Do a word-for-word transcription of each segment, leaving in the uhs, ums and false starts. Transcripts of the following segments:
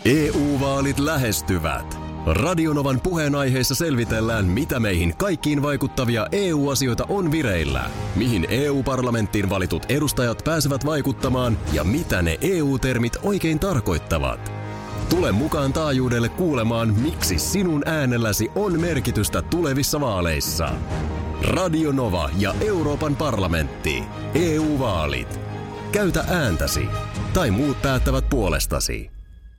E U-vaalit lähestyvät. Radionovan puheenaiheessa selvitellään, mitä meihin kaikkiin vaikuttavia E U-asioita on vireillä, mihin E U-parlamenttiin valitut edustajat pääsevät vaikuttamaan ja mitä ne E U-termit oikein tarkoittavat. Tule mukaan taajuudelle kuulemaan, miksi sinun äänelläsi on merkitystä tulevissa vaaleissa. Radio Nova ja Euroopan parlamentti. E U-vaalit. Käytä ääntäsi. Tai muut päättävät puolestasi.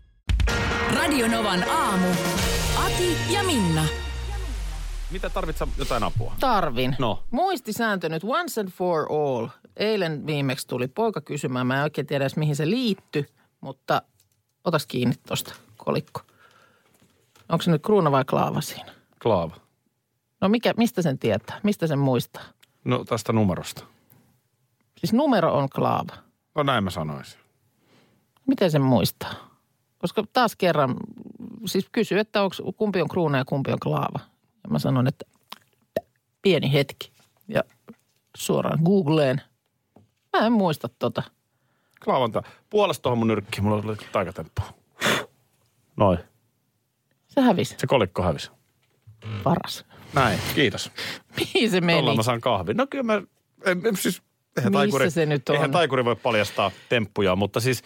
Radio Novan aamu. Ati ja Minna. Mitä tarvitset jotain apua? Tarvin. No. Muistisääntö nyt once and for all. Eilen viimeksi tuli poika kysymään. Mä en oikein tiedä edes mihin se liittyi, mutta otas kiinni tosta kolikko. Onko se nyt kruuna vai klaava siinä? Klaava. No mikä, mistä sen tietää? Mistä sen muistaa? No tästä numerosta. Siis numero on klaava. No näin mä sanoisin. Miten sen muistaa? Koska taas kerran, siis kysy, että onko, kumpi on kruuna ja kumpi on klaava. Ja mä sanon, että pieni hetki. Ja suoraan Googleen. Mä en muista tota. Klaavanta. Puolesta tuohon mun nyrkkiin. Mulla oli taikatemppu. Noin. Se hävisi. Se kolikko hävisi. Paras. Näin, kiitos. Mihin se meni? Tuolla mä saan kahvin. No kyllä mä, en, en, siis, eihän Missä taikuri, se nyt on? Eihän taikuri voi paljastaa temppuja, mutta siis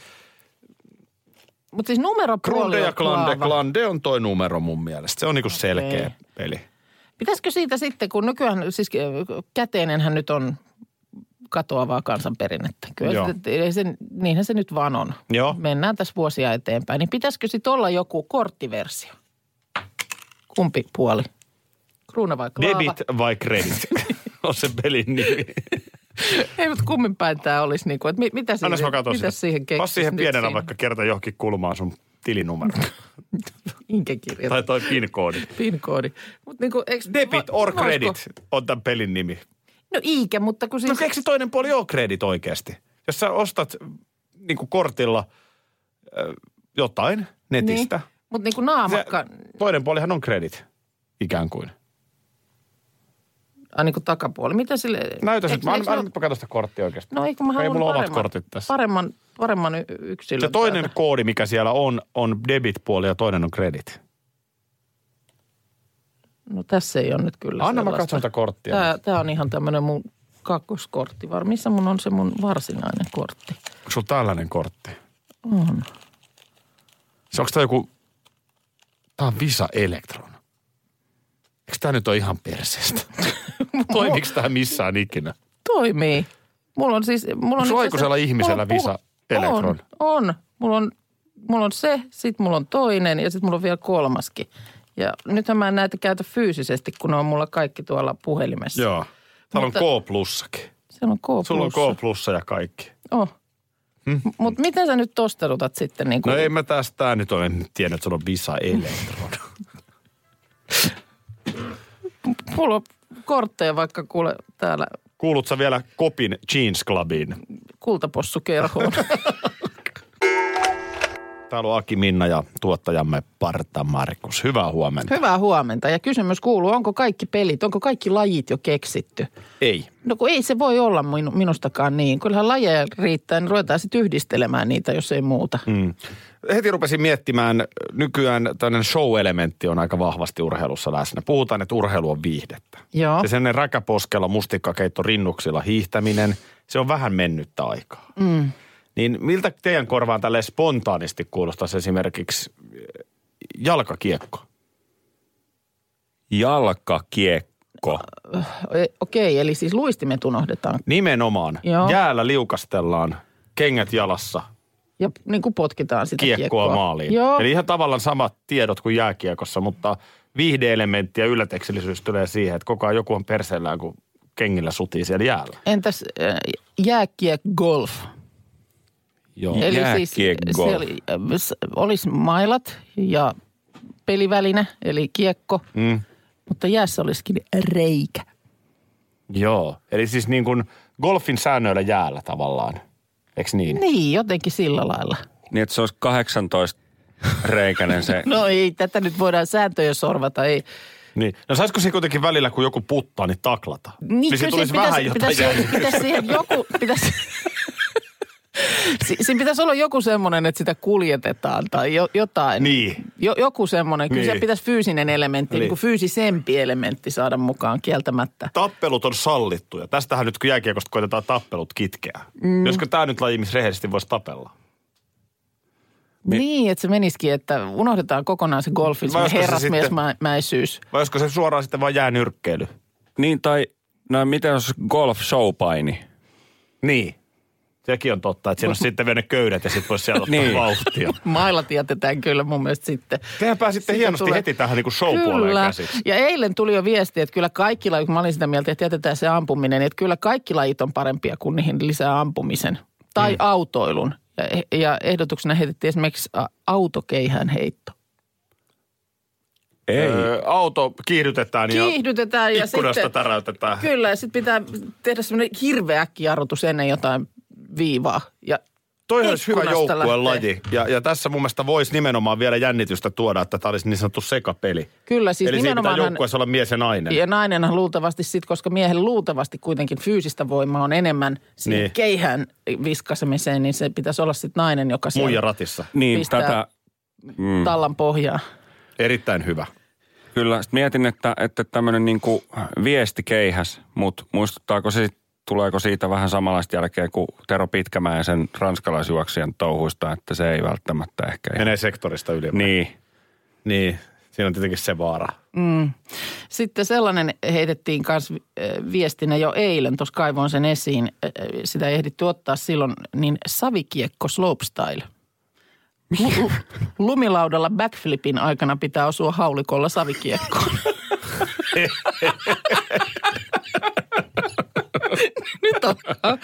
Mutta siis numeropuoli Grunde ja on Glande, klaava. Glande on toi numero mun mielestä. Se on niinku selkeä Okei. peli. Pitäisikö siitä sitten, kun nykyään, siis käteinenhän nyt on katoavaa kansanperinnettä. Kyllä Joo. se, se, niinhän se nyt vaan on. Joo. Mennään tässä vuosia eteenpäin. Niin pitäisikö sitten olla joku korttiversio? Kumpi puoli? Kruuna vai klaava? Debit vai credit on se pelin nimi. Ei, mutta kummin päin tämä olisi niin kuin, että mitä siihen, Annas mä katson mitä siihen keksisi? Pas siihen nyt pienenä siinä? vaikka kerta johonkin kulmaan sun tilinumero. Minkä kirjat? tai toi PIN-koodi. PIN-koodi. Mut niin kuin, eikö, Debit or voisiko- credit on tämän pelin nimi. No iikä, mutta kun siis... No keksi toinen puoli on credit oikeasti. Jos sä ostat niin kuin kortilla äh, jotain netistä. Niin, mutta niin kuin Se, naamakka... toinen puolihan on credit ikään kuin. Ai niin kuin takapuoli. Mitä sille... Näytä eikö- sit. Mä eikö annan se nyt katso sitä korttia oikeasti. No eikö mä Ei haluan mulla omat paremman, kortit tässä. Paremman, paremman y- yksilön. Se toinen täältä. koodi, mikä siellä on, on debit-puoli ja toinen on credit. No tässä ei ole nyt kyllä Anna mä sellaista. katson tätä korttia. Tää, tää on ihan tämmönen mun kakkoskortti. Var missä mun on se mun varsinainen kortti? Onko sulla tällainen kortti? On. Se onko tää joku... Tää on Visa Electron. Eikö tää nyt ole ihan perseestä? Toimiks tää missään ikinä? Toimii. Mulla on siis... Mulla on Onko itse aikuisella asiassa- ihmisellä mulla on Visa puh- Electron? On, on. Mulla on, mulla on se, sit mulla on toinen ja sit mulla on vielä kolmaskin. Ja nythän mä en näitä käytä fyysisesti, kun ne on mulla kaikki tuolla puhelimessa. Joo. Täällä Mutta- on K-plussakin. Siellä on K+. Sulla on K-plussa ja kaikki. Oh. Hmm. Mutta miten sä nyt tosterutat sitten niin kuin... No ei mä tästä, tää nyt ole tiennyt, että sulla on Visa Electron. Mulla on kortteja vaikka kuule täällä Kuulut sä vielä Kopin Jeans Clubiin? kultapossukerhoon. Täällä on Aki Minna ja tuottajamme Parta Markus. Hyvää huomenta. Hyvää huomenta. Ja kysymys kuuluu, onko kaikki pelit, onko kaikki lajit jo keksitty? Ei. No kun ei se voi olla minu, minustakaan niin. Kyllähän lajeja riittää, niin ruvetaan sitten yhdistelemään niitä, jos ei muuta. Mm. Heti rupesin miettimään, nykyään tämmöinen show-elementti on aika vahvasti urheilussa läsnä. Puhutaan, että urheilu on viihdettä. Joo. Se sellainen räkäposkella, mustikkakeitto rinnuksilla hiihtäminen, se on vähän mennyttä aikaa. Mm. Niin miltä teidän korvaan tälleen spontaanisti kuulostaisi esimerkiksi jalkakiekko? Jalkakiekko. E- Okei, eli siis luistimet unohdetaan. Nimenomaan. Joo. Jäällä liukastellaan, kengät jalassa, Ja niin kuin potkitaan sitä kiekkoa, kiekkoa. maaliin. Joo. Eli ihan tavallaan samat tiedot kuin jääkiekossa, mutta viihde-elementti ja ylläteksellisyys tulee siihen, että koko ajan joku on perseellään, kun kengillä sutii siellä jäällä. Entäs äh, jääkiek golf? Joo. Eli siis Jääkiekko. se oli, äh, s- olisi mailat ja peliväline, eli kiekko, Mm. mutta jäässä olisikin reikä. Joo. Eli siis niin kuin golfin säännöillä jäällä tavallaan. Eikö niin? Niin, jotenkin sillä lailla. Niin, että se olisi kahdeksantoista reikäinen se. No ei, tätä nyt voidaan sääntöjä sorvata, ei. Niin. No saisiko siinä kuitenkin välillä, kun joku puttaa, niin taklata? Niin, se kyllä tulisi siihen vähän pitäisi, jotain pitäisi, jälkeä. pitäisi siihen joku, pitäisi, Si- siinä pitäisi olla joku semmoinen, että sitä kuljetetaan tai jo- jotain. Niin. Jo- joku semmoinen. Kyllä Niin. siellä pitäisi fyysinen elementti, niin. niin kuin fyysisempi elementti saada mukaan kieltämättä. Tappelut on sallittuja. Tästähän nyt kun jääkiekosta koitetaan tappelut kitkeä. Mm. Josko tämä nyt laji, missä rehellisesti voisi tapella? Niin, niin että se menisikin, että unohdetaan kokonaan se golfin, se herrasmiesmäisyys. Vai olisiko se suoraan sitten vaan jäänyrkkeily? Niin, tai no miten jos golf showpaini? Niin. Sekin on totta, että siinä on sitten vielä ne köydät ja sitten voisi siellä ottaa niin. vauhtia. Mailat jätetään kyllä mun mielestä sitten. Tehän pääsitte Sitten hienosti tulee... heti tähän niin kuin show-puoleen kyllä. käsiksi. Ja eilen tuli jo viesti, että kyllä kaikki lajit, kun mä olin sitä mieltä, että jätetään se ampuminen, että kyllä kaikki lajit on parempia kuin niihin lisää ampumisen. Tai mm. autoilun. Ja, ja ehdotuksena heitettiin esimerkiksi autokeihään heitto. Ei. Öö, auto kiihdytetään, kiihdytetään ja ja ikkunasta sitten, täräytetään. Kyllä, ja sitten pitää tehdä semmoinen hirveä äkkijarrutus ennen jotain viivaa. Ja toi olisi hyvä joukkueen lähtee. laji. Ja, ja tässä mun mielestä voisi nimenomaan vielä jännitystä tuoda, että tämä olisi niin sanottu sekapeli. Kyllä, siis Eli siinä pitää nimenomaan joukkueessa olla mies ja nainen. Ja nainenhan luultavasti sitten, koska miehellä luultavasti kuitenkin fyysistä voimaa on enemmän siihen Niin. keihään viskasemiseen, niin se pitäisi olla sitten nainen, joka siellä Muija ratissa. Niin, pistää tätä, mm. tallan pohjaa. Erittäin hyvä. kyllä. Sitten mietin, että, että tämmöinen niinku viestikeihäs, mutta muistuttaako se, tuleeko siitä vähän samanlaista jälkeen kuin Tero Pitkämäen ja sen ranskalaisjuoksijan touhuista, että se ei välttämättä ehkä ihan... Menee sektorista yli. Niin. Niin, siinä on tietenkin se vaara. Mm. Sitten sellainen heitettiin myös viestinä jo eilen, tuossa kaivoin sen esiin, sitä ei ehditty ottaa silloin, niin savikiekko slopestyle. Lu- lumilaudalla backflipin aikana pitää osua haulikolla savikiekkoon. Nyt on.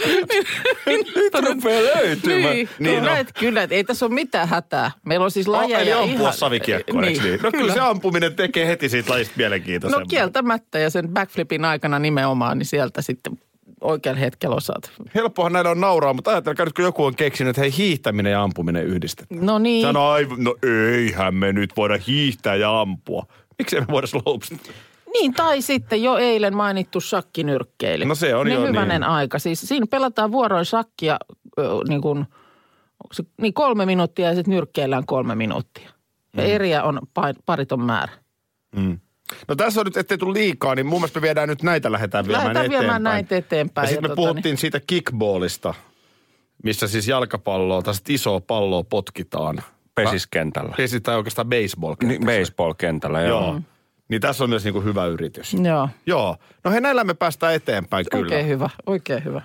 Nyt rupeaa löytymään. Niin, Niin kyllä, on. että, kyllä, että ei tässä ole mitään hätää. Meillä on siis Oh, lajeja eli ihan... ampua savikiekkoa, niin, eikö niin? No kyllä. kyllä se ampuminen tekee heti siitä lajista mielenkiintoisempaa. No kieltämättä ja sen backflipin aikana nimenomaan, niin sieltä sitten oikealla hetkellä osaat. Helppohan näillä on nauraa, mutta ajatelkaa nyt, kun joku on keksinyt, että hei, hiihtäminen ja ampuminen yhdistetään. No niin. Sano aivan, no eihän me nyt voida hiihtää ja ampua. Miksi me voida slopestyle? Niin, tai sitten jo eilen mainittu shakkinyrkkeily. No se on niin jo hyvänen niin. aika. Siis siinä pelataan vuoroin shakkia ö, niin kuin, onko se, niin kolme minuuttia ja sitten nyrkkeillään kolme minuuttia. Ja mm. eriä on pa- pariton määrä. Mm. No tässä on nyt, ettei tule liikaa, niin mun mielestä me viedään nyt näitä, lähdetään viemään Lähdetään eteenpäin. viemään näitä eteenpäin. Ja sitten me tota, puhuttiin niin. siitä kickballista, missä siis jalkapalloa, tai isoa palloa potkitaan. Pesiskentällä. Pesi tai oikeastaan baseball-kentällä. Niin, baseball-kentällä, joo. Joo. Niin tässä on myös niinku hyvä yritys. Joo. Joo. No he näillä me päästään eteenpäin kyllä. Oikein hyvä, oikein hyvä.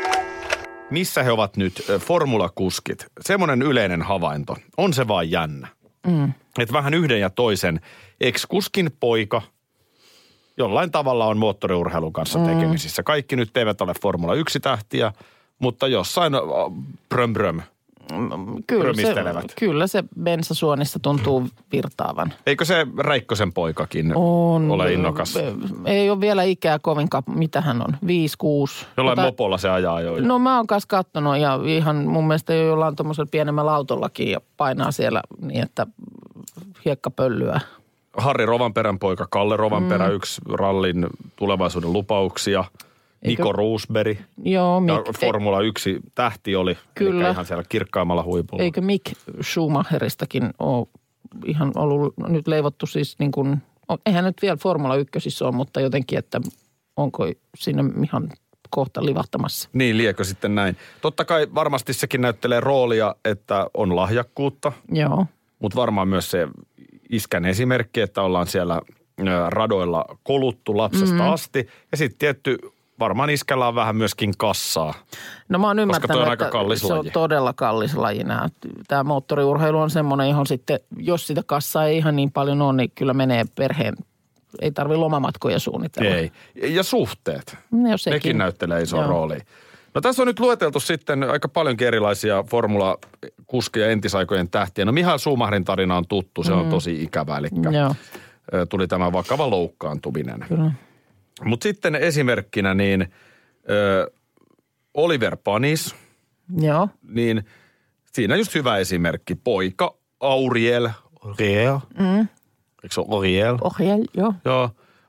Missä he ovat nyt? Formulakuskit. Semmoinen yleinen havainto. On se vaan jännä. Mm. Että vähän yhden ja toisen ex-kuskin poika jollain tavalla on moottoriurheilun kanssa Mm. tekemisissä. Kaikki nyt eivät ole Formula yksi tähtiä, mutta jossain äh, bröm bröm. Kyllä se, Römistelevät. kyllä se bensasuonista tuntuu virtaavan. Eikö se Räikkösen poikakin On. ole innokas? Ei ole vielä ikää kovinkaan, mitä hän on, viisi, kuusi. Jollain Ota- mopolla se ajaa jo. No mä oon kanssa kattonut ja ihan mun mielestä jo jollain tuommoisella pienemmällä autollakin ja painaa siellä niin, että hiekkapöllyä. Harri Rovanperän poika, Kalle Rovanperä, mm. yksi rallin tulevaisuuden lupauksia. Eikö? Niko Roosberg. Joo, Ja Mick, Formula yksi tähti oli. Kyllä. Eli ihan siellä kirkkaimmalla huipulla. eikö Mick Schumacheristakin ole ihan ollut nyt leivottu siis niin kuin, eihän nyt vielä Formula ykkösissä ole, mutta jotenkin, että onko sinne ihan kohta livahtamassa. Niin, liekö sitten näin. Totta kai varmasti sekin näyttelee roolia, että on lahjakkuutta, Joo. mutta varmaan myös se iskän esimerkki, että ollaan siellä ö, radoilla koluttu lapsesta mm. asti. Ja sitten tietty, varmaan iskällä on vähän myöskin kassaa. No mä oon ymmärtänyt, toi on aika että kallis se on laji. todella kallis laji. Tämä moottoriurheilu on semmoinen, johon sitten, jos sitä kassaa ei ihan niin paljon ole, niin kyllä menee perheen, ei tarvitse lomamatkoja suunnitella. Ei. Ja suhteet. No, sekin. Nekin näyttelee isoa Joo. roolia. No tässä on nyt lueteltu sitten aika paljonkin erilaisia formula-kuskeja entisaikojen tähtiä. No Michael Schumacherin tarina on tuttu, se on tosi ikävä, eli Joo, tuli tämä vakava loukkaantuminen. kyllä. Mutta sitten esimerkkinä niin ö, Oliver Panis, Joo. niin siinä just hyvä esimerkki. Poika Auriel, Auriel, Mm. eikö se ole Auriel? Ohjel, joo. Joo,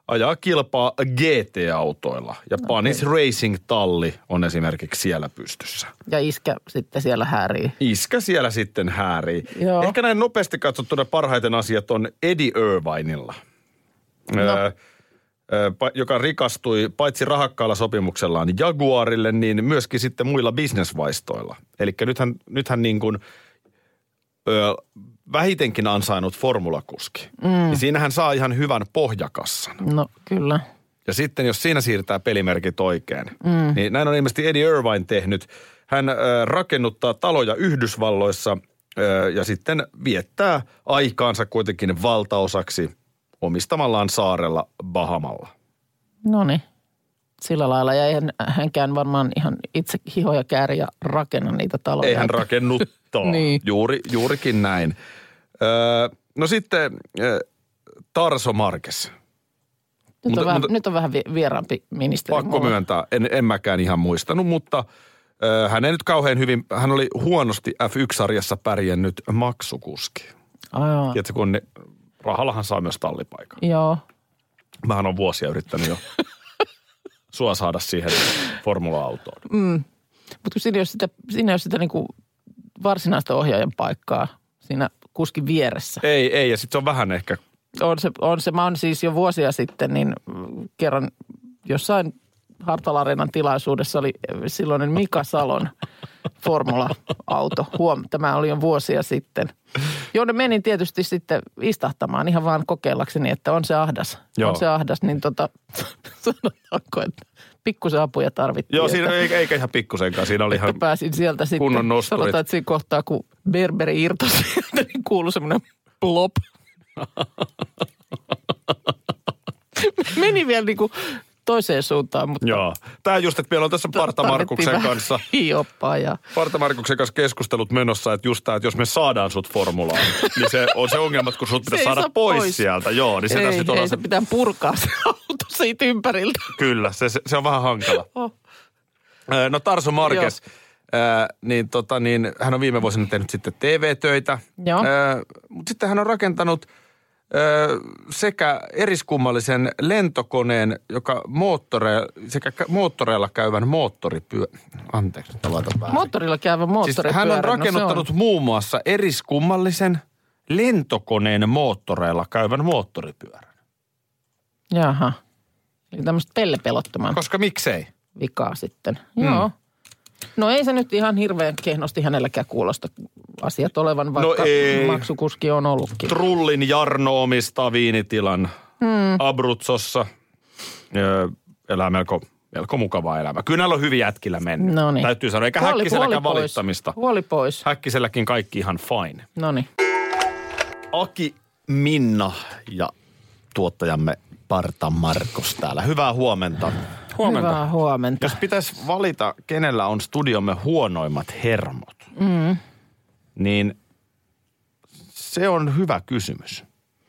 ajaa kilpaa G T-autoilla. Ja Panis okay. Racing-talli on esimerkiksi siellä pystyssä. Ja iskä sitten siellä häärii. Iskä siellä sitten häärii. Joo. Ehkä näin nopeasti katsottuna parhaiten asiat on Eddie Irvinella. No. Öö, joka rikastui paitsi rahakkaalla sopimuksellaan Jaguarille, niin myöskin sitten muilla bisnesvaistoilla. Eli nythän, nythän niin kuin ö, vähitenkin ansainnut formulakuski. Mm. Niin siinähän saa ihan hyvän pohjakassan. No kyllä. Ja sitten jos siinä siirtää pelimerkit oikein, mm. niin näin on ilmeisesti Eddie Irvine tehnyt. Hän ö, rakennuttaa taloja Yhdysvalloissa ö, ja sitten viettää aikaansa kuitenkin valtaosaksi omistamallaan saarella Bahamalla. No niin. Sillä lailla. Ja eihän hänkään varmaan ihan itse hihoja kääri ja rakenna niitä taloja. Ei hän rakennuttaa. Niin. Juuri, juurikin näin. Öö, no sitten äh, Tarso Marques. Nyt on, mutta, vähän, mutta, nyt on vähän vieraampi ministeri. Pakko mulla. myöntää. En, en mäkään ihan muistanut, mutta äh, hän ei nyt kauhean hyvin, hän oli huonosti F yksi -sarjassa pärjännyt maksukuski. Ajaa. Tiedätkö, kun ne, rahallahan saa myös tallipaikan. Joo. Mähän on vuosia yrittänyt jo sua saada siihen formula-autoon. Mm. Mutta kun siinä ei ole sitä, siinä ei ole sitä niinku varsinaista ohjaajan paikkaa siinä kuskin vieressä. Ei, ei. Ja sitten se on vähän ehkä. On se, on se. Mä oon siis jo vuosia sitten, niin kerran jossain Hartwall-areenan tilaisuudessa oli silloinen Mika Salon formula-auto. Huom, tämä oli jo vuosia sitten. Jonne menin tietysti sitten istahtamaan ihan vaan kokeillakseni, että on se ahdas. Joo. On se ahdas, niin tota, sanotaanko, että pikkusen apuja tarvittiin. Joo, siinä, eikä, eikä ihan pikkusenkaan. Siinä oli ihan pääsin sieltä sitten. Kunnon nosturit. Sanotaan, että siinä kohtaa, kun Berberi irtosi sieltä, niin kuului semmoinen plop. Meni vielä niin kuin toiseen suuntaan, mutta. Joo. Tämä just, että meillä on tässä Parta Markuksen kanssa. Hioppaa ja. Parta Markuksen kanssa keskustelut menossa, että just tämä, että jos me saadaan sut formulaan, niin se on se ongelma, että kun sut pitäisi saada pois, pois sieltä. Joo, niin se ei, tässä nyt on. Ei, se pitää purkaa se auto siitä ympäriltä. Kyllä, se, se, se on vähän hankala. Oh. No Tarso Marques, äh, niin, tota, niin hän on viime vuosina tehnyt sitten T V-töitä. Joo. Äh, mutta sitten hän on rakentanut Öö, sekä eriskummallisen lentokoneen, joka moottore, sekä moottoreilla käyvän moottoripyö... Anteeksi, nyt laitan väärin. Moottorilla käyvän moottoripyörän. Siis hän on rakennuttanut no on. muun muassa eriskummallisen lentokoneen moottoreilla käyvän moottoripyörän. Jaha. Eli tämmöistä pellepelottoman. Koska miksei? Vikaa sitten. Hmm. Joo. No ei se nyt ihan hirveän kehnosti hänelläkään kuulosta asiat olevan, vaikka no maksukuski on ollutkin. Trullin Jarno omistaa viinitilan hmm. Abruzzossa. Öö, elää melko, melko mukavaa elämää. Kyllä näillä on hyvin jätkillä mennyt. Noniin. Täytyy sanoa, eikä huoli, Häkkiselläkään huoli valittamista. Huoli pois. Häkkiselläkin kaikki ihan fine. Noniin. Aki, Minna ja tuottajamme Parta Markus täällä. Hyvää huomenta. Huomenta. Hyvää huomenta. Jos pitäisi valita, kenellä on studiomme huonoimmat hermot, mm. niin se on hyvä kysymys.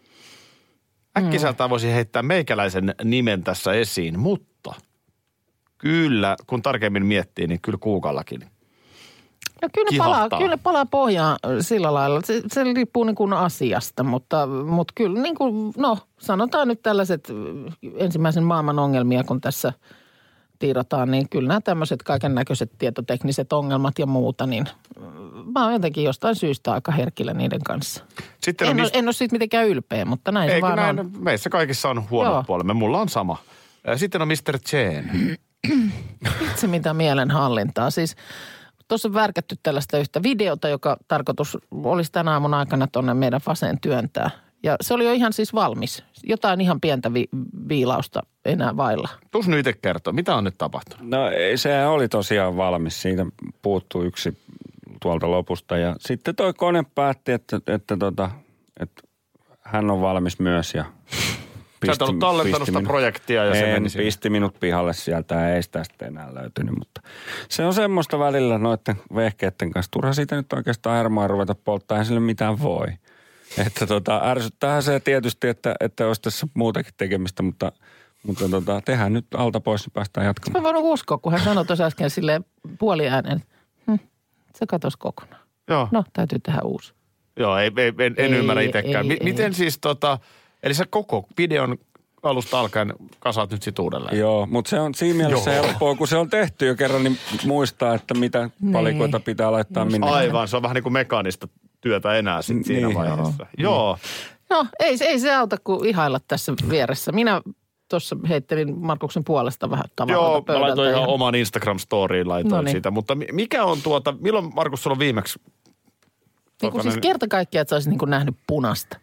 Äkkiseltään voisi heittää meikäläisen nimen tässä esiin, mutta kyllä, kun tarkemmin miettii, niin kyllä Kuukallakin no kyllä ne palaa, kyllä ne palaa pohjaan sillä lailla. Se, se riippuu niin kuin asiasta, mutta, mutta kyllä niin kuin, no sanotaan nyt tällaiset ensimmäisen maailman ongelmia, kun tässä tiirataan, niin kyllä nämä tämmöiset kaiken näköiset tietotekniset ongelmat ja muuta, niin mä oon jotenkin jostain syystä aika herkillä niiden kanssa. Sitten en, niistä... ole, en ole siitä mitenkään ylpeä, mutta näin Eikö se vaan näin, on. Meissä kaikissa on huonot puolemme. Mulla on sama. Sitten on mister Chen. Itse mitä mielenhallintaa. Siis tuossa on värkätty tällaista yhtä videota, joka tarkoitus olisi tänä aamun aikana tuonne meidän Faseen työntää. Ja se oli jo ihan siis valmis. Jotain ihan pientä vi- viilausta enää vailla. Tuus nyt itse kertoa, mitä on nyt tapahtunut? No se oli tosiaan valmis. Siitä puuttui yksi tuolta lopusta. Ja sitten toi kone päätti, että, että, tota, että hän on valmis myös. Ja pisti, Sä et ollut tallentanut sitä projektia ja en, se meni pisti minut pihalle sieltä. Ei sitä sitten enää löytynyt, mutta se on semmoista välillä noiden vehkeiden kanssa. Turha siitä nyt oikeastaan hermaa ruveta polttaa, ei sille mitään voi. Että tota, ärsyttäähän se tietysti, että, että olisi tässä muutakin tekemistä, mutta, mutta tota, tehdään nyt alta pois ja päästään jatkamaan. Mä voin uskoa, kun hän sanoi tuossa äsken silleen puoliäänen, hm, se katosi kokonaan. Joo. No, täytyy tehdä uusi. Joo, ei, ei, en, en ei, ymmärrä itsekään. Ei, M- miten ei. siis tota, eli sä koko videon alusta alkaen kasaat nyt sit uudelleen. Joo, mutta se on siinä mielessä Joo. helppoa, kun se on tehty jo kerran, niin muistaa, että mitä niin. palikoita pitää laittaa minne. Aivan, se on vähän niin kuin mekaanista työtä enää sit siinä niin, vaiheessa. Joo. joo. No ei, ei se auta kuin ihailla tässä vieressä. Minä tuossa heittelin Markuksen puolesta vähän tavaraa Joo, pöydältä. mä laitoin ihan ja... oman Instagram-storiin, laitoin Noniin. sitä. Mutta mikä on tuota, milloin Markus sulla on viimeksi? Niin kuin siis kerta kaikkiaan, että sä olisit niin kuin nähnyt punasta.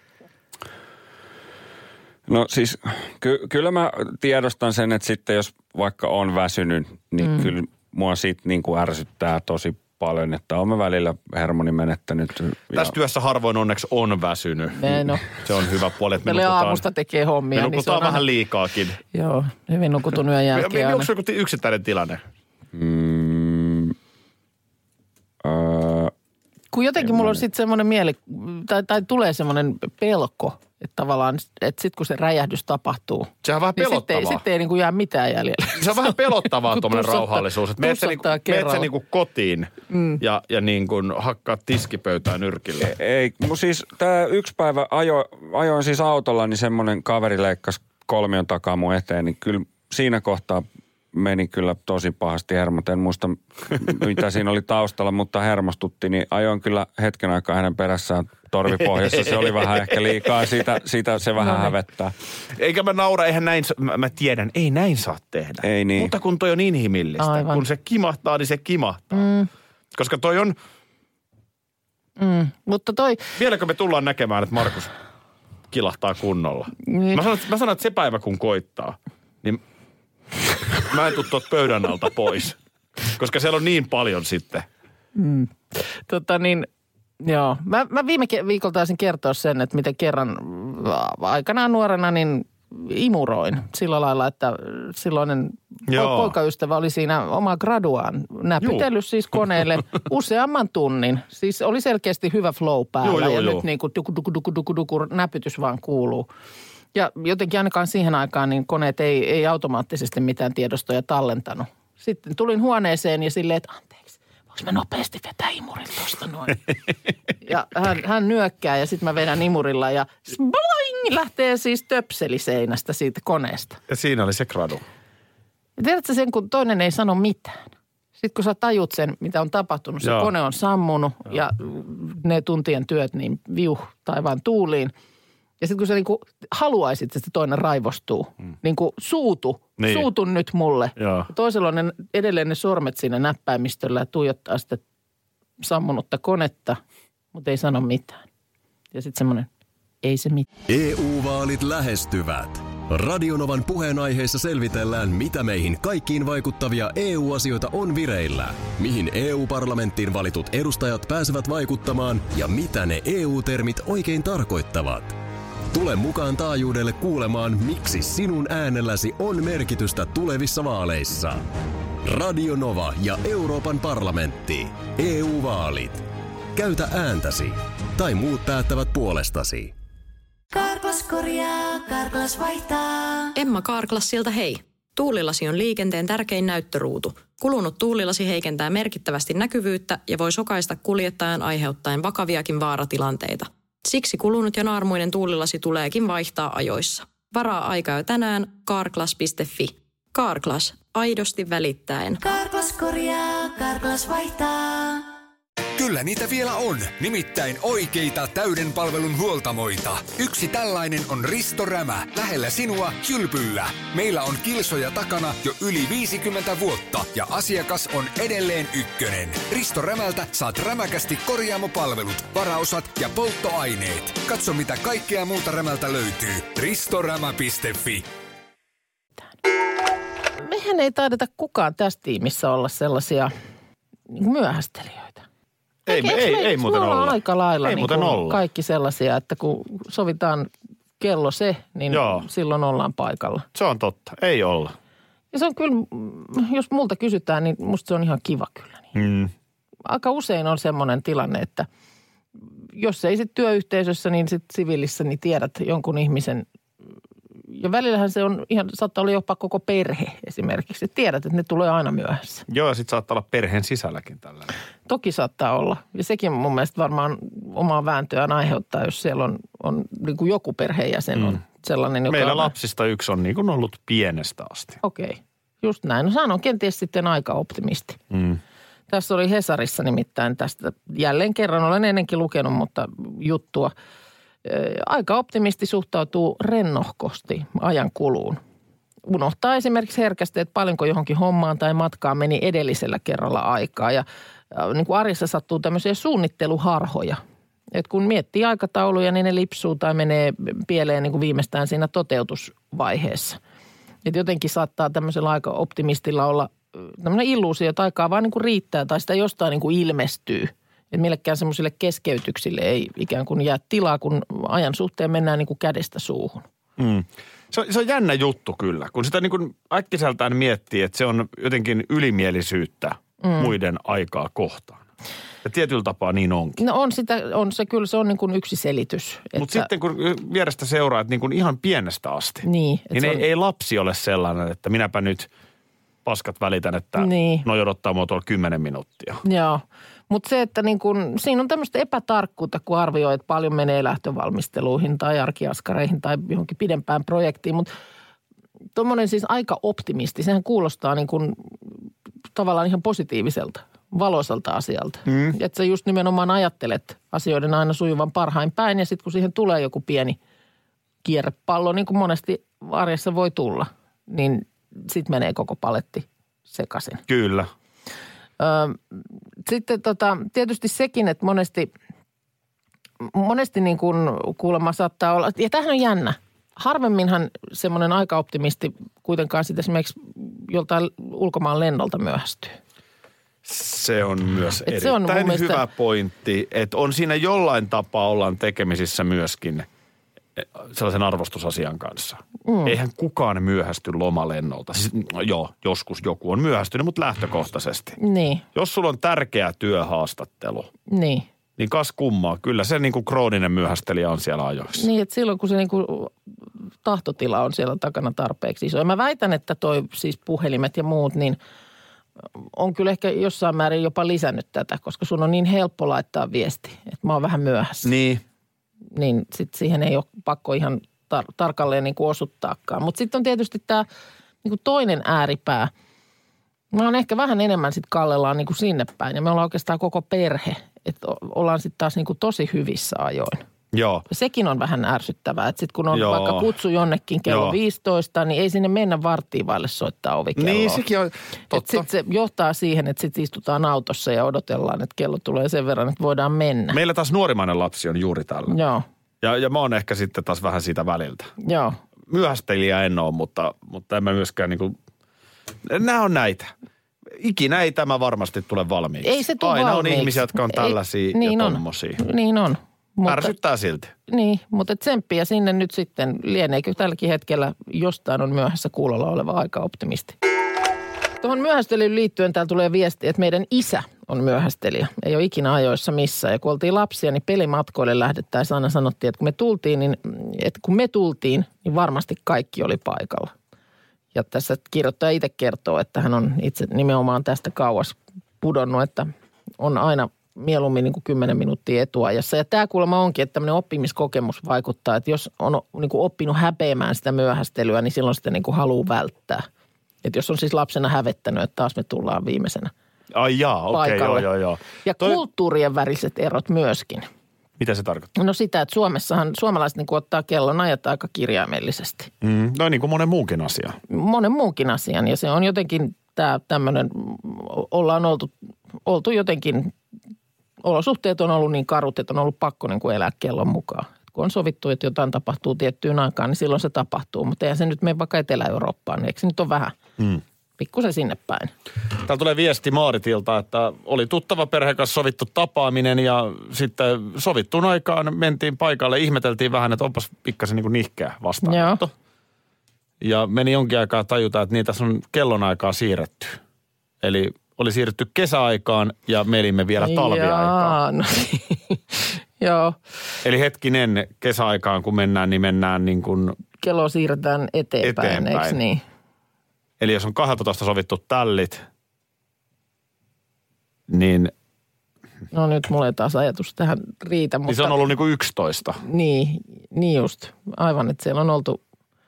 No siis ky- kyllä mä tiedostan sen, että sitten jos vaikka on väsynyt, niin mm. kyllä mua siitä niin kuin ärsyttää tosi paljon, että on mä välillä hermoni menettänyt. Tässä työssä harvoin onneksi on väsynyt. No. Se on hyvä puoli, että me Tälle nukutaan, aamusta tekee hommia. me nukutaan niin vähän aina... liikaakin. Joo, hyvin nukutun yön jälkeen. Onko se joku yksittäinen tilanne? Mm, öö, Kun jotenkin mulla on sitten semmoinen mieli, tai, tai tulee semmoinen pelko, että tavallaan, että sitten kun se räjähdys tapahtuu, Sehän on vähän niin pelottavaa. sitten ei, sit ei niin kuin jää mitään jäljellä. Se on vähän pelottavaa Kun tuommoinen tussottaa- rauhallisuus. Että meet sä, niinku, tussottaa meet sä kerralla. niinku kotiin mm. ja, ja niin kuin hakkaat tiskipöytää nyrkillä. ei, mun siis tää yksi päivä ajo, ajoin siis autolla, niin semmoinen kaveri leikkasi kolmion takaa mun eteen, niin kyllä siinä kohtaa meni kyllä tosi pahasti hermot. En muista, mitä siinä oli taustalla, mutta hermostutti, niin ajoin kyllä hetken aikaa hänen perässään torvipohjassa. Se oli vähän ehkä liikaa, siitä, siitä se vähän No niin. hävettää. Eikä mä naura, eihän näin, mä, mä tiedän, ei näin saa tehdä. Ei niin. Mutta kun toi on inhimillistä. Aivan. Kun se kimahtaa, niin se kimahtaa. Mm. Koska toi on, Mm, mutta toi, vieläkö me tullaan näkemään, että Markus kilahtaa kunnolla? Niin. Mä, sanon, mä sanon, että se päivä kun koittaa, niin mä en tuu tuot pöydän alta pois. Koska siellä on niin paljon sitten. tota niin, joo. Mä, mä viime ke- viikolla taisin kertoa sen, että miten kerran aikanaan nuorena niin imuroin sillä lailla, että silloinen Joo. poikaystävä oli siinä omaa graduaan näpytellyt siis koneelle useamman tunnin. Siis oli selkeästi hyvä flow päällä Joo, joo, ja joo. nyt niin kuin duku, duku, duku, duku, duku, näpytys vaan kuuluu. Ja jotenkin ainakaan siihen aikaan niin koneet ei, ei automaattisesti mitään tiedostoja tallentanut. Sitten tulin huoneeseen ja silleen, että anteeksi, voinko mä nopeasti vetää imurin tuosta noin? Ja hän, hän nyökkää ja sitten mä vedän imurilla ja boing, lähtee siis töpseliseinästä siitä koneesta. Ja siinä oli se gradu. Ja tiedätkö sen, kun toinen ei sano mitään. Sitten kun sä tajut sen, mitä on tapahtunut, se Joo. kone on sammunut ja ne tuntien työt niin viuh taivaan tuuliin. Ja sitten kun sä niinku haluaisit, että se toinen raivostuu, mm. niin kuin suutu, Niin. suutu nyt mulle. Joo. Ja toisella on ne, edelleen ne sormet siinä näppäimistöllä ja tuijottaa sitä sammunutta konetta, mutta ei sano mitään. Ja sitten semmoinen, ei se mitään. E U-vaalit lähestyvät. Radionovan puheenaiheessa selvitellään, mitä meihin kaikkiin vaikuttavia E U-asioita on vireillä, mihin E U-parlamenttiin valitut edustajat pääsevät vaikuttamaan ja mitä ne E U-termit oikein tarkoittavat. Tule mukaan taajuudelle kuulemaan, miksi sinun äänelläsi on merkitystä tulevissa vaaleissa. Radio Nova ja Euroopan parlamentti. E U-vaalit. Käytä ääntäsi. Tai muut päättävät puolestasi. Karklas korjaa, Karklas vaihtaa. Emma Karklassilta hei. Tuulilasi on liikenteen tärkein näyttöruutu. Kulunut tuulilasi heikentää merkittävästi näkyvyyttä ja voi sokaista kuljettajan aiheuttaen vakaviakin vaaratilanteita. Siksi kulunut ja naarmuinen tuulilasi tuleekin vaihtaa ajoissa. Varaa aikaa jo tänään karklas piste fi. Karklas, aidosti välittäen. Karklas korjaa, Karklas vaihtaa. Kyllä niitä vielä on, nimittäin oikeita täyden palvelun huoltamoita. Yksi tällainen on Risto Rämä, lähellä sinua, Kylpyllä. Meillä on kilsoja takana jo yli viisikymmentä vuotta ja asiakas on edelleen ykkönen. Risto Rämältä saat rämäkästi korjaamopalvelut, varaosat ja polttoaineet. Katso mitä kaikkea muuta Rämältä löytyy. ristorämä piste fi. Mehän ei taideta kukaan tässä tiimissä olla sellaisia niin myöhästelijöitä. Ei, Eikö- ei, eikö ei, me- ei muuten me ollaan olla. aika lailla Ei niin muuten kuin olla. kaikki sellaisia, että kun sovitaan kello se, niin Joo. silloin ollaan paikalla. Se on totta. Ei olla. Ja se on kyllä, jos multa kysytään, niin musta se on ihan kiva kyllä. Niin. Mm. Aika usein on semmoinen tilanne, että jos ei sitten työyhteisössä, niin sitten siviilissä, niin tiedät jonkun ihmisen. Ja välillähän se on ihan, saattaa olla jopa koko perhe esimerkiksi. Tiedät, että ne tulee aina myöhässä. Joo, ja sit saattaa olla perheen sisälläkin tällainen. Toki saattaa olla. Ja sekin mun mielestä varmaan omaa vääntöään aiheuttaa, jos siellä on, on niin kuin joku perheenjäsen on sellainen, joka Meillä on... lapsista yksi on niin kuin ollut pienestä asti. Okei, just näin. No sanon kenties sitten aika optimisti. Mm. Tässä oli Hesarissa nimittäin tästä, jälleen kerran olen ennenkin lukenut, mutta juttua. Aika optimisti suhtautuu rennohkosti ajan kuluun. Unohtaa esimerkiksi herkästi, että paljonko johonkin hommaan tai matkaan meni edellisellä kerralla aikaa. Ja niin kuin arjessa sattuu tämmöisiä suunnitteluharhoja. Että kun miettii aikatauluja, niin ne lipsuu tai menee pieleen niin kuin viimeistään siinä toteutusvaiheessa. Että jotenkin saattaa tämmöisellä aika optimistilla olla tämmöinen illuusio, että aikaa vaan niin kuin riittää tai sitä jostain niin kuin ilmestyy. Että millekään semmoisille keskeytyksille ei ikään kuin jää tilaa, kun ajan suhteen mennään niin kuin kädestä suuhun. Mm. Se, on, se on jännä juttu kyllä, kun sitä niin kuin äkkiseltään miettii, että se on jotenkin ylimielisyyttä mm. muiden aikaa kohtaan. Ja tietyllä tapaa niin onkin. No on, sitä, on se kyllä, se on niin kuin yksi selitys. Mutta sitten kun vierestä seuraa, että niin kuin ihan pienestä asti, niin, niin ei, on... ei lapsi ole sellainen, että minäpä nyt paskat välitän, että niin. Noi odottaa mua tuolla kymmenen minuuttia. Joo, mutta se, että niin kun, siinä on tämmöistä epätarkkuutta, kun arvioi, että paljon menee lähtövalmisteluihin tai arkiaskareihin tai johonkin pidempään projektiin, mutta tuommoinen siis aika optimisti, sehän kuulostaa niin kuin tavallaan ihan positiiviselta, valoisalta asialta. Mm. Että sä just nimenomaan ajattelet asioiden aina sujuvan parhain päin ja sitten kun siihen tulee joku pieni kierrepallo, niin kuin monesti arjessa voi tulla, niin sitten menee koko paletti sekaisin. Kyllä. Ö, sitten tota, tietysti sekin, että monesti, monesti niin kuin kuulemma saattaa olla, ja tämähän on jännä. Harvemminhan semmoinen aikaoptimisti kuitenkaan sitten esimerkiksi joltain ulkomaan lennolta myöhästyy. Se on myös Et erittäin se on hyvä mielestä... pointti, että on siinä jollain tapaa ollaan tekemisissä myöskin sellaisen arvostusasian kanssa. Mm. Eihän kukaan myöhästy lomalennolta. Siis, no, joo, joskus joku on myöhästynyt, mutta lähtökohtaisesti. Niin. Jos sulla on tärkeä työhaastattelu, niin, niin kas kummaa. Kyllä se niin kuin krooninen myöhästelijä on siellä ajoissa. Niin, että silloin kun se niin kuin tahtotila on siellä takana tarpeeksi iso. Ja mä väitän, että toi siis puhelimet ja muut, niin on kyllä ehkä jossain määrin jopa lisännyt tätä, koska sun on niin helppo laittaa viesti, että mä oon vähän myöhässä. Niin. Niin sitten siihen ei ole pakko ihan tar- tarkalleen niin kuin osuttaakaan. Mutta sitten on tietysti tämä niin kuin toinen ääripää. Mä oon ehkä vähän enemmän sitten kallellaan niin kuin sinne päin ja me ollaan oikeastaan koko perhe. Että ollaan sitten taas niin kuin tosi hyvissä ajoin. Joo. Ja sekin on vähän ärsyttävää, että sitten kun on Joo. vaikka kutsu jonnekin kello Joo. viisitoista, niin ei sinne mennä varttiin vaille soittaa ovikelloa. Niin, sekin on totta. Sitten se johtaa siihen, että sitten istutaan autossa ja odotellaan, että kello tulee sen verran, että voidaan mennä. Meillä taas nuorimainen lapsi on juuri tällä. Joo. Ja, ja mä oon ehkä sitten taas vähän siitä väliltä. Joo. Myöhästelijä en ole, mutta, mutta en mä myöskään niin kuin, nämä on näitä. Ikinä ei tämä varmasti tule valmiiksi. Ei se tule Aina valmiiksi. on ihmisiä, jotka on tällaisia ei, niin ja on. tommosia. Niin on. Mutta, Ärsyttää silti. niin, mutta tsemppiä sinne nyt sitten, lieneekö tälläkin hetkellä jostain on myöhässä kuulolla oleva aika-optimisti. Tuohon myöhästelyyn liittyen täällä tulee viesti, että meidän isä on myöhästelijä. Ei ole ikinä ajoissa missään. Ja kun oltiin lapsia, niin pelimatkoille lähdettäisiin aina sanottiin, että kun me tultiin, niin, että kun me tultiin, niin varmasti kaikki oli paikalla. Ja tässä kirjoittaja itse kertoo, että hän on itse nimenomaan tästä kauas pudonnut, että on aina mieluummin niin kuin kymmenen minuuttia etuajassa. Ja tämä kuulemma onkin, että tämmöinen oppimiskokemus vaikuttaa, että jos on niin kuin oppinut häpeämään sitä myöhästelyä, niin silloin sitä niin kuin haluaa välttää. Että jos on siis lapsena hävettänyt, että taas me tullaan viimeisenä Ai jaa, okei, okay, joo, joo, joo. Ja Toi... kulttuurien väriset erot myöskin. Mitä se tarkoittaa? No sitä, että Suomessahan suomalaiset niin kuin ottaa kellon ajat aika kirjaimellisesti. Mm, no niin kuin monen muunkin asia. Monen muunkin asian ja se on jotenkin tämä tämmöinen, ollaan oltu, oltu jotenkin, olosuhteet on ollut niin karut, että on ollut pakko niin kuin elää kellon mukaan. Kun on sovittu, että jotain tapahtuu tiettyyn aikaan, niin silloin se tapahtuu. Mutta eihän se nyt mene vaikka Etelä-Eurooppaan, niin eikö se nyt ole vähän mm. pikkusen sinne päin? Täällä tulee viesti Maaritilta, että oli tuttava perheen kanssa sovittu tapaaminen ja sitten sovittuun aikaan mentiin paikalle. Ihmeteltiin vähän, että onpas pikkasen niin kuin nihkeä vastaanotto. Ja meni jonkin aikaa tajuta, että niin tässä on kellonaikaa siirretty. Eli oli siirretty kesäaikaan ja me elimme vielä talviaikaan. No, joo. Eli hetkinen kesäaikaan, kun mennään, niin mennään niin kuin kello siirretään eteenpäin, eteenpäin. Eikö niin? Eli jos on kaksitoista sovittu tällit, niin No nyt mulla ei taas ajatus tähän riitä, mutta... Niin se on ollut niin kuin yksitoista. Niin, niin just. Aivan, että siellä on oltu...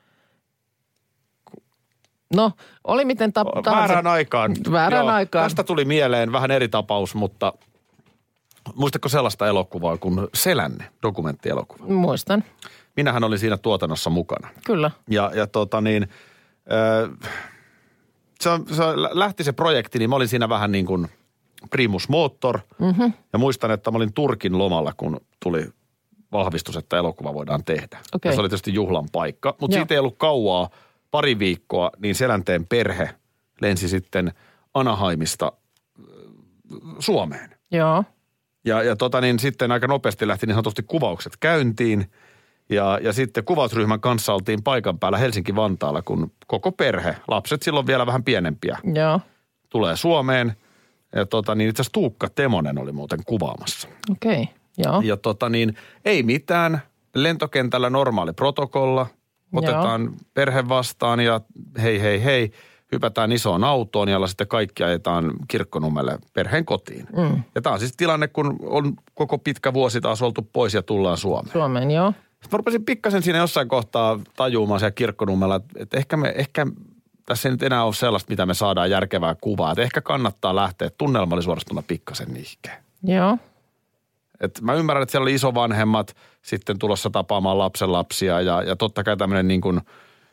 No, oli miten ta- tahansa. Väärään aikaan. Väärään Joo, aikaan. Tästä tuli mieleen vähän eri tapaus, mutta muistatko sellaista elokuvaa kuin Selänne, dokumenttielokuva? Muistan. Minähän olin siinä tuotannossa mukana. Kyllä. Ja, ja tota niin, äh, se, on, se lähti se projekti, niin mä olin siinä vähän niin kuin primus motor. Mm-hmm. Ja muistan, että mä olin Turkin lomalla, kun tuli vahvistus, että elokuva voidaan tehdä. Okay. Ja se oli tietysti juhlan paikka, mutta Joo. siitä ei ollut kauaa, pari viikkoa, niin Selänteen perhe lensi sitten Anaheimista Suomeen. Joo. Ja, ja tota niin, sitten aika nopeasti lähti niin sanotusti kuvaukset käyntiin. Ja, ja sitten kuvausryhmän kanssa oltiin paikan päällä Helsinki-Vantaalla, kun koko perhe, lapset silloin vielä vähän pienempiä, Joo. tulee Suomeen. Ja tota niin, itse asiassa Tuukka Temonen oli muuten kuvaamassa. Okei, okay. Joo. Ja tota niin, ei mitään, lentokentällä normaali protokolla, otetaan Joo. perhe vastaan ja hei hei hei, hypätään isoon autoon, jolla sitten kaikki ajetaan Kirkkonummelle perheen kotiin. Mm. Ja tämä on siis tilanne, kun on koko pitkä vuosi taas oltu pois ja tullaan Suomeen. Suomeen, joo. Sitten mä rupesin pikkasen siinä jossain kohtaa tajuumaan siellä Kirkkonummella, että ehkä, me, ehkä tässä ei nyt enää ole sellaista, mitä me saadaan järkevää kuvaa. Että ehkä kannattaa lähteä, tunnelma oli suorastaan pikkasen nihkeä. Joo. Et mä ymmärrän, että siellä oli isovanhemmat sitten tulossa tapaamaan lapsenlapsia ja, ja totta kai tämmöinen niin kuin...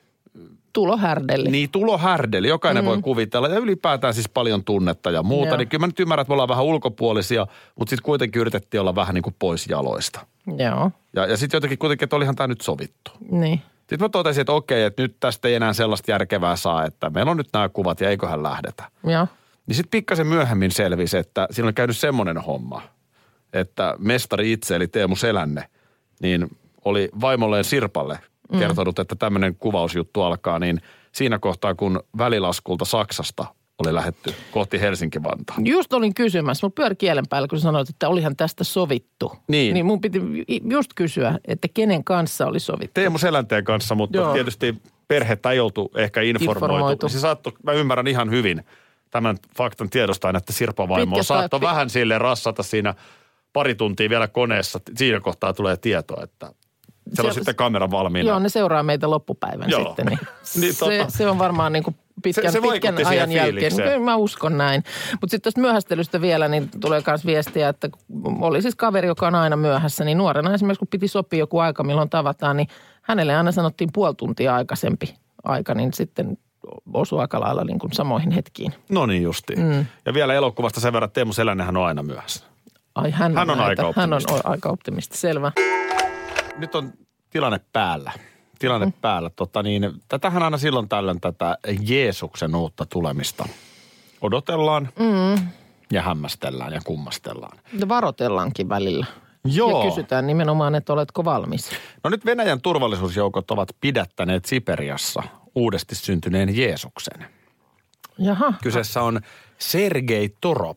Tulohärdeli. Niin, tulohärdeli. Jokainen mm. voi kuvitella ja ylipäätään siis paljon tunnetta ja muuta. Joo. Niin kyllä mä nyt ymmärrän, että me ollaan vähän ulkopuolisia, mutta sitten kuitenkin yritettiin olla vähän niin kuin pois jaloista. Joo. Ja, ja sitten jotenkin kuitenkin, että olihan tämä nyt sovittu. Niin. Sitten mä totesin, että okei, että nyt tästä ei enää sellaista järkevää saa, että meillä on nyt nämä kuvat ja eiköhän lähdetä. Joo. Niin sitten pikkasen myöhemmin selvisi, että siinä on käynyt semmoinen homma, että mestari itse, eli Teemu Selänne, niin oli vaimolleen Sirpalle kertonut, mm. että tämmöinen kuvausjuttu alkaa, niin siinä kohtaa, kun välilaskulta Saksasta oli lähdetty kohti Helsinki-Vantaa. Just olin kysymässä, mun pyöri kielen päällä, kun sanoit, että olihan tästä sovittu. Niin. Niin mun piti just kysyä, että kenen kanssa oli sovittu. Teemu Selänteen kanssa, mutta Joo. tietysti perhettä ei oltu ehkä informoitu. informoitu. Se saattoi, mä ymmärrän ihan hyvin tämän faktan tiedostaen, että Sirpa vaimo saattoi vähän silleen rassata siinä pari tuntia vielä koneessa. Siinä kohtaa tulee tietoa, että siellä on sitten kamera valmiina. Joo, ne seuraa meitä loppupäivän Joo. sitten. Niin niin, se, tota, se on varmaan niin kuin pitkän, se, se pitkän ajan jälkeen. Kyllä mä uskon näin. Mutta sitten tästä myöhästelystä vielä, niin tulee myös viestiä, että oli siis kaveri, joka on aina myöhässä. Niin nuorena esimerkiksi, kun piti sopia joku aika, milloin tavataan, niin hänelle aina sanottiin puoli tuntia aikaisempi aika, niin sitten osui aika lailla niin kuin samoihin hetkiin. No niin justiin. Mm. Ja vielä elokuvasta sen verran, että Teemu Selännehän on aina myöhässä. Ai hän on, hän on näitä. aika optimisti. Hän on aika optimisti, selvä. Nyt on tilanne päällä. Tilanne mm. päällä. Tota niin, tätähän aina silloin tällöin tätä Jeesuksen uutta tulemista odotellaan mm. ja hämmästellään ja kummastellaan. Ja varotellaankin välillä. Joo. Ja kysytään nimenomaan, että oletko valmis. No nyt Venäjän turvallisuusjoukot ovat pidättäneet Siperiassa uudesti syntyneen Jeesuksen. Jaha. Kyseessä on Sergei Torop.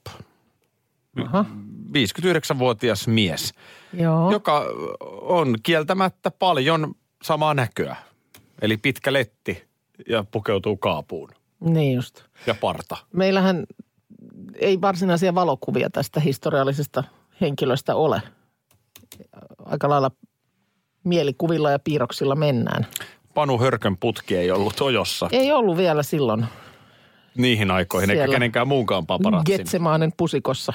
Aha. viisikymmentäyhdeksänvuotias mies, Joo. joka on kieltämättä paljon samaa näköä. Eli pitkä letti ja pukeutuu kaapuun. Niin just. Ja parta. Meillähän ei varsinaisia valokuvia tästä historiallisesta henkilöstä ole. Aika lailla mielikuvilla ja piirroksilla mennään. Panu Hörkön putki ei ollut ojossa. Ei ollut vielä silloin. Niihin aikoihin, eikä kenenkään muunkaan paparatsin. Getsemaanen pusikossa.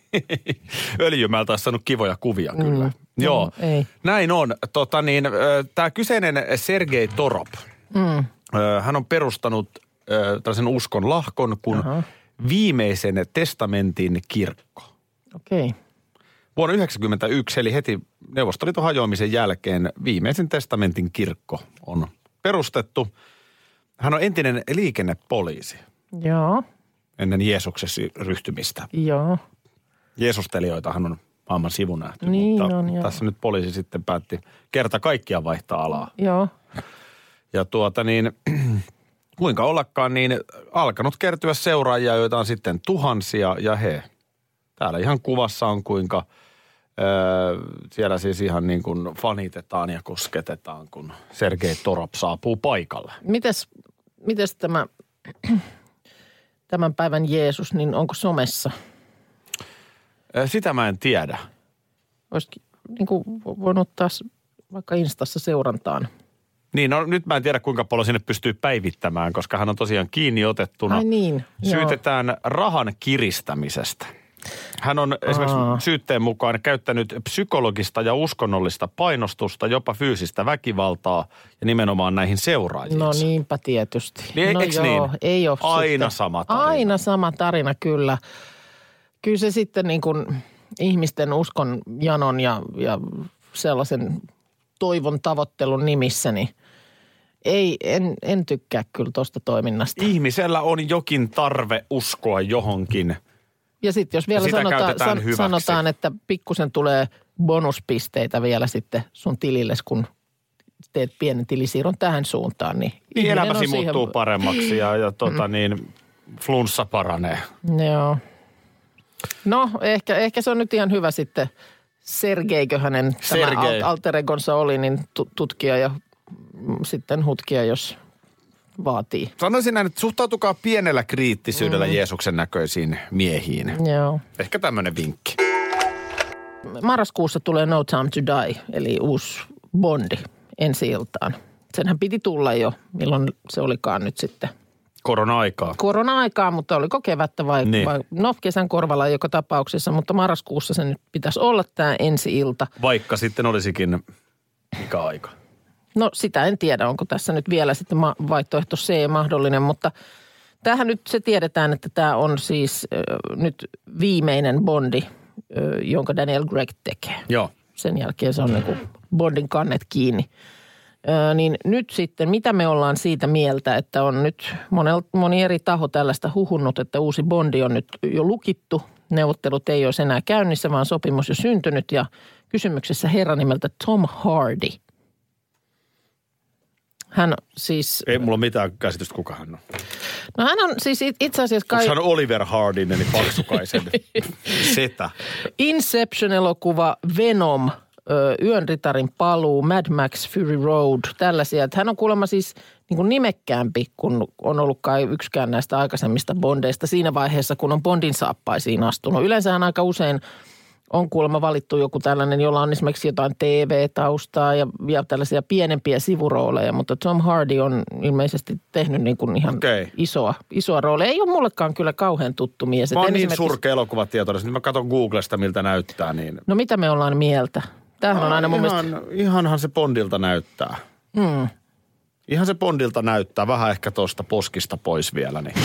Öljymältä olisi saanut kivoja kuvia kyllä. Mm. Joo, no, ei. Näin on. Tota niin, tämä kyseinen Sergei Torop, mm. hän on perustanut tällaisen uskon lahkon kuin Aha. Viimeisen testamentin kirkko. Okei. Okay. Vuonna yhdeksänkymmentäyksi, eli heti Neuvostoliiton hajoamisen jälkeen, Viimeisen testamentin kirkko on perustettu. Hän on entinen liikennepoliisi. Joo. Ennen Jeesuksen ryhtymistä. Joo. Jeesustelijoita hän on maailman sivun nähty, niin mutta on, tässä nyt poliisi sitten päätti kerta kaikkiaan vaihtaa alaa. Joo. Ja tuota niin, kuinka ollakaan, niin alkanut kertyä seuraajia, joita on sitten tuhansia ja he. Täällä ihan kuvassa on kuinka öö, siellä siis ihan niin kuin fanitetaan ja kosketetaan, kun Sergei Torop saapuu paikalle. Mites, mites tämä, tämän päivän Jeesus, niin onko somessa? Sitä mä en tiedä. Olisikin niin kuin voin ottaa vaikka Instassa seurantaan. Niin, no nyt mä en tiedä kuinka paljon sinne pystyy päivittämään, koska hän on tosiaan kiinni otettuna. Ai niin, Syytetään joo. rahan kiristämisestä. Hän on Aa. esimerkiksi syytteen mukaan käyttänyt psykologista ja uskonnollista painostusta, jopa fyysistä väkivaltaa ja nimenomaan näihin seuraajiinsa. No niinpä tietysti. Niin, no eikö joo, niin? Ei ole Aina sitten. sama tarina. Aina sama tarina, kyllä. Kyllä se sitten niin kuin ihmisten uskon janon ja, ja sellaisen toivon tavoittelun nimissä, niin ei, en, en tykkää kyllä tuosta toiminnasta. Ihmisellä on jokin tarve uskoa johonkin. Ja sitten jos vielä sanotaan, san, sanotaan, että pikkusen tulee bonuspisteitä vielä sitten sun tililles, kun teet pienen tilisiirron tähän suuntaan, niin, niin elämäsi siihen muuttuu paremmaksi ja, ja tota, niin, flunssa paranee. Joo. No ehkä, ehkä se on nyt ihan hyvä sitten. Sergeikö hänen Sergei. tämä alter egonsa oli, niin tutkia ja sitten hutkia, jos vaatii. Sanoisin näin, että suhtautukaa pienellä kriittisyydellä mm. Jeesuksen näköisiin miehiin. Joo. Ehkä tämmöinen vinkki. Marraskuussa tulee No Time to Die, eli uusi Bondi ensi iltaan. Senhän piti tulla jo, milloin se olikaan nyt sitten. Korona-aikaa. Korona-aikaa, mutta oliko kevättä vai, niin. vai no kesän korvalla joka tapauksessa, mutta marraskuussa se nyt pitäisi olla tämä ensi ilta. Vaikka sitten olisikin mikä aika? No sitä en tiedä, onko tässä nyt vielä sitten ma- vaihtoehto C mahdollinen, mutta tämähän nyt se tiedetään, että tämä on siis äh, nyt viimeinen Bondi, äh, jonka Daniel Craig tekee. Joo. Sen jälkeen se on niin kuin Bondin kannet kiinni. Ö, niin nyt sitten, mitä me ollaan siitä mieltä, että on nyt monel, moni eri taho tällaista huhunnut, että uusi Bondi on nyt jo lukittu. Neuvottelut ei ole enää käynnissä, vaan sopimus jo syntynyt ja kysymyksessä herra nimeltä Tom Hardy. Hän siis... Ei mulla mitään käsitystä, kuka hän on. No hän on siis itse asiassa... Kai... Onko hän Oliver Hardin, eli Paksukaisen setä? Inception-elokuva, Venom, Yön ritarin paluu, Mad Max, Fury Road, tällaisia. Että hän on kuulemma siis niin kuin nimekkäämpi, kun on ollut kai yksikään näistä aikaisemmista Bondeista siinä vaiheessa, kun on Bondin saappaisiin astunut. Yleensähän aika usein on kuulemma valittu joku tällainen, jolla on esimerkiksi jotain T V-taustaa ja, ja tällaisia pienempiä sivurooleja, mutta Tom Hardy on ilmeisesti tehnyt niin kuin ihan okay. isoa, isoa roolia. Ei ole mullekaan kyllä kauhean tuttu mies. Mä oon niin esimerkiksi... surkea elokuvatietoinen, nyt mä katson Googlesta, miltä näyttää. Niin... No mitä me ollaan mieltä? Tämähän on aina mun ihan, mielestä... Ihanhan se Bondilta näyttää. Hmm. Ihan se Bondilta näyttää. Vähän ehkä tuosta poskista pois vielä, niin...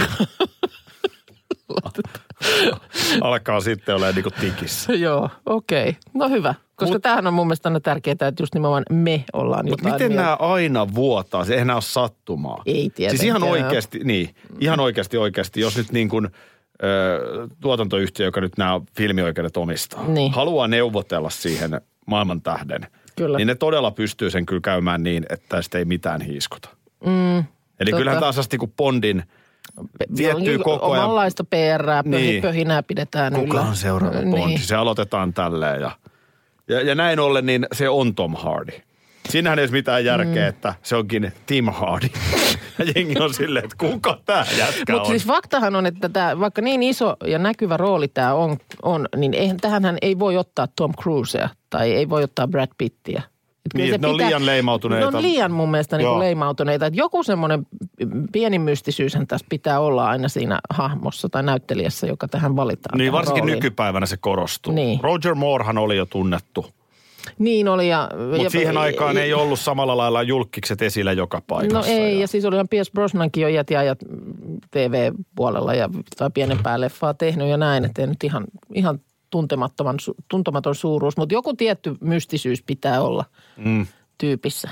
Alkaa sitten olemaan niin kuin tikissä. Joo, okei. Okay. No hyvä. Koska Mut, tämähän on mun mielestä aina tärkeää, että just nimenomaan me ollaan jotain. Mutta miten mieltä. nämä aina vuotaa? Se eihän nämä ole sattumaa. Ei tietenkään. Siis ihan oikeasti, niin. Ihan oikeasti oikeasti, jos nyt niin kuin ö, tuotantoyhtiö, joka nyt nämä filmioikeudet omistaa, niin. haluaa neuvotella siihen maailman tähden, kyllä. niin ne todella pystyy sen kyllä käymään niin, että sitä ei mitään hiiskota. Mm, Eli tota. kyllähän taas asti kuin Bondin viettyy koko ajan. Omanlaista P R:ää, niin. pöhinää pidetään Kuka yllä. Kuka on seuraava Bondi? Niin. Se aloitetaan tälleen ja, ja, ja näin ollen niin se on Tom Hardy. Siinähän ei ole mitään järkeä, mm. että se onkin Tim Hardy. Ja jengi on silleen, että kuka tämä jätkä on. Mutta siis faktahan on, että tää, vaikka niin iso ja näkyvä rooli tämä on, on, niin eihän, tähänhän ei voi ottaa Tom Cruisea tai ei voi ottaa Brad Pittiä. Niin, ne pitää, on liian leimautuneita. Ne on liian mun mielestä niin kuin leimautuneita. Että joku semmoinen pieni mystisyyshän tässä pitää olla aina siinä hahmossa tai näyttelijässä, joka tähän valitaan. Niin, varsinkin rooliin. Nykypäivänä se korostuu. Niin. Roger Moorehan oli jo tunnettu. Niin oli. Mutta siihen ja, aikaan ja, ei ollut samalla lailla julkkikset esillä joka paikassa. No ei, ja, ja siis olihan Pierce Brosnankin jo iät ja ajat T V-puolella ja tai pienempää leffaa tehnyt ja näin, että ei nyt ihan, ihan tuntemattoman, tuntematon suuruus, mutta joku tietty mystisyys pitää olla mm. tyypissä.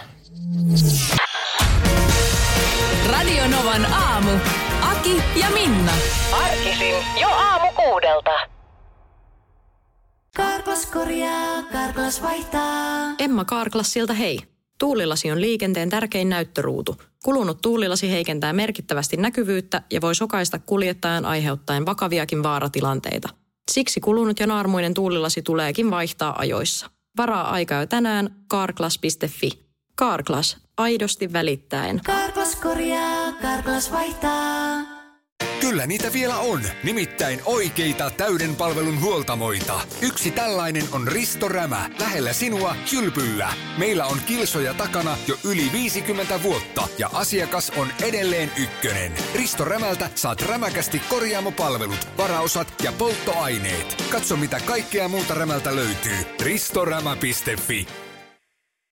Radio Novan aamu. Aki ja Minna. Arkisin jo aamu kuudelta. Karklas korjaa, Karklas vaihtaa. Emma Karklassilta hei. Tuulilasi on liikenteen tärkein näyttöruutu. Kulunut tuulilasi heikentää merkittävästi näkyvyyttä ja voi sokaista kuljettajan aiheuttaen vakaviakin vaaratilanteita. Siksi kulunut ja naarmuinen tuulilasi tuleekin vaihtaa ajoissa. Varaa aikaa jo tänään karklas piste fi. Karklas, aidosti välittäen. Karklas korjaa, Karklas vaihtaa. Kyllä niitä vielä on, nimittäin oikeita täyden palvelun huoltamoita. Yksi tällainen on Risto Rämä, lähellä sinua, Kylpyllä. Meillä on kilsoja takana jo yli viisikymmentä vuotta ja asiakas on edelleen ykkönen. Risto Rämältä saat rämäkästi korjaamopalvelut, varaosat ja polttoaineet. Katso mitä kaikkea muuta Rämältä löytyy. ristorämä piste fi.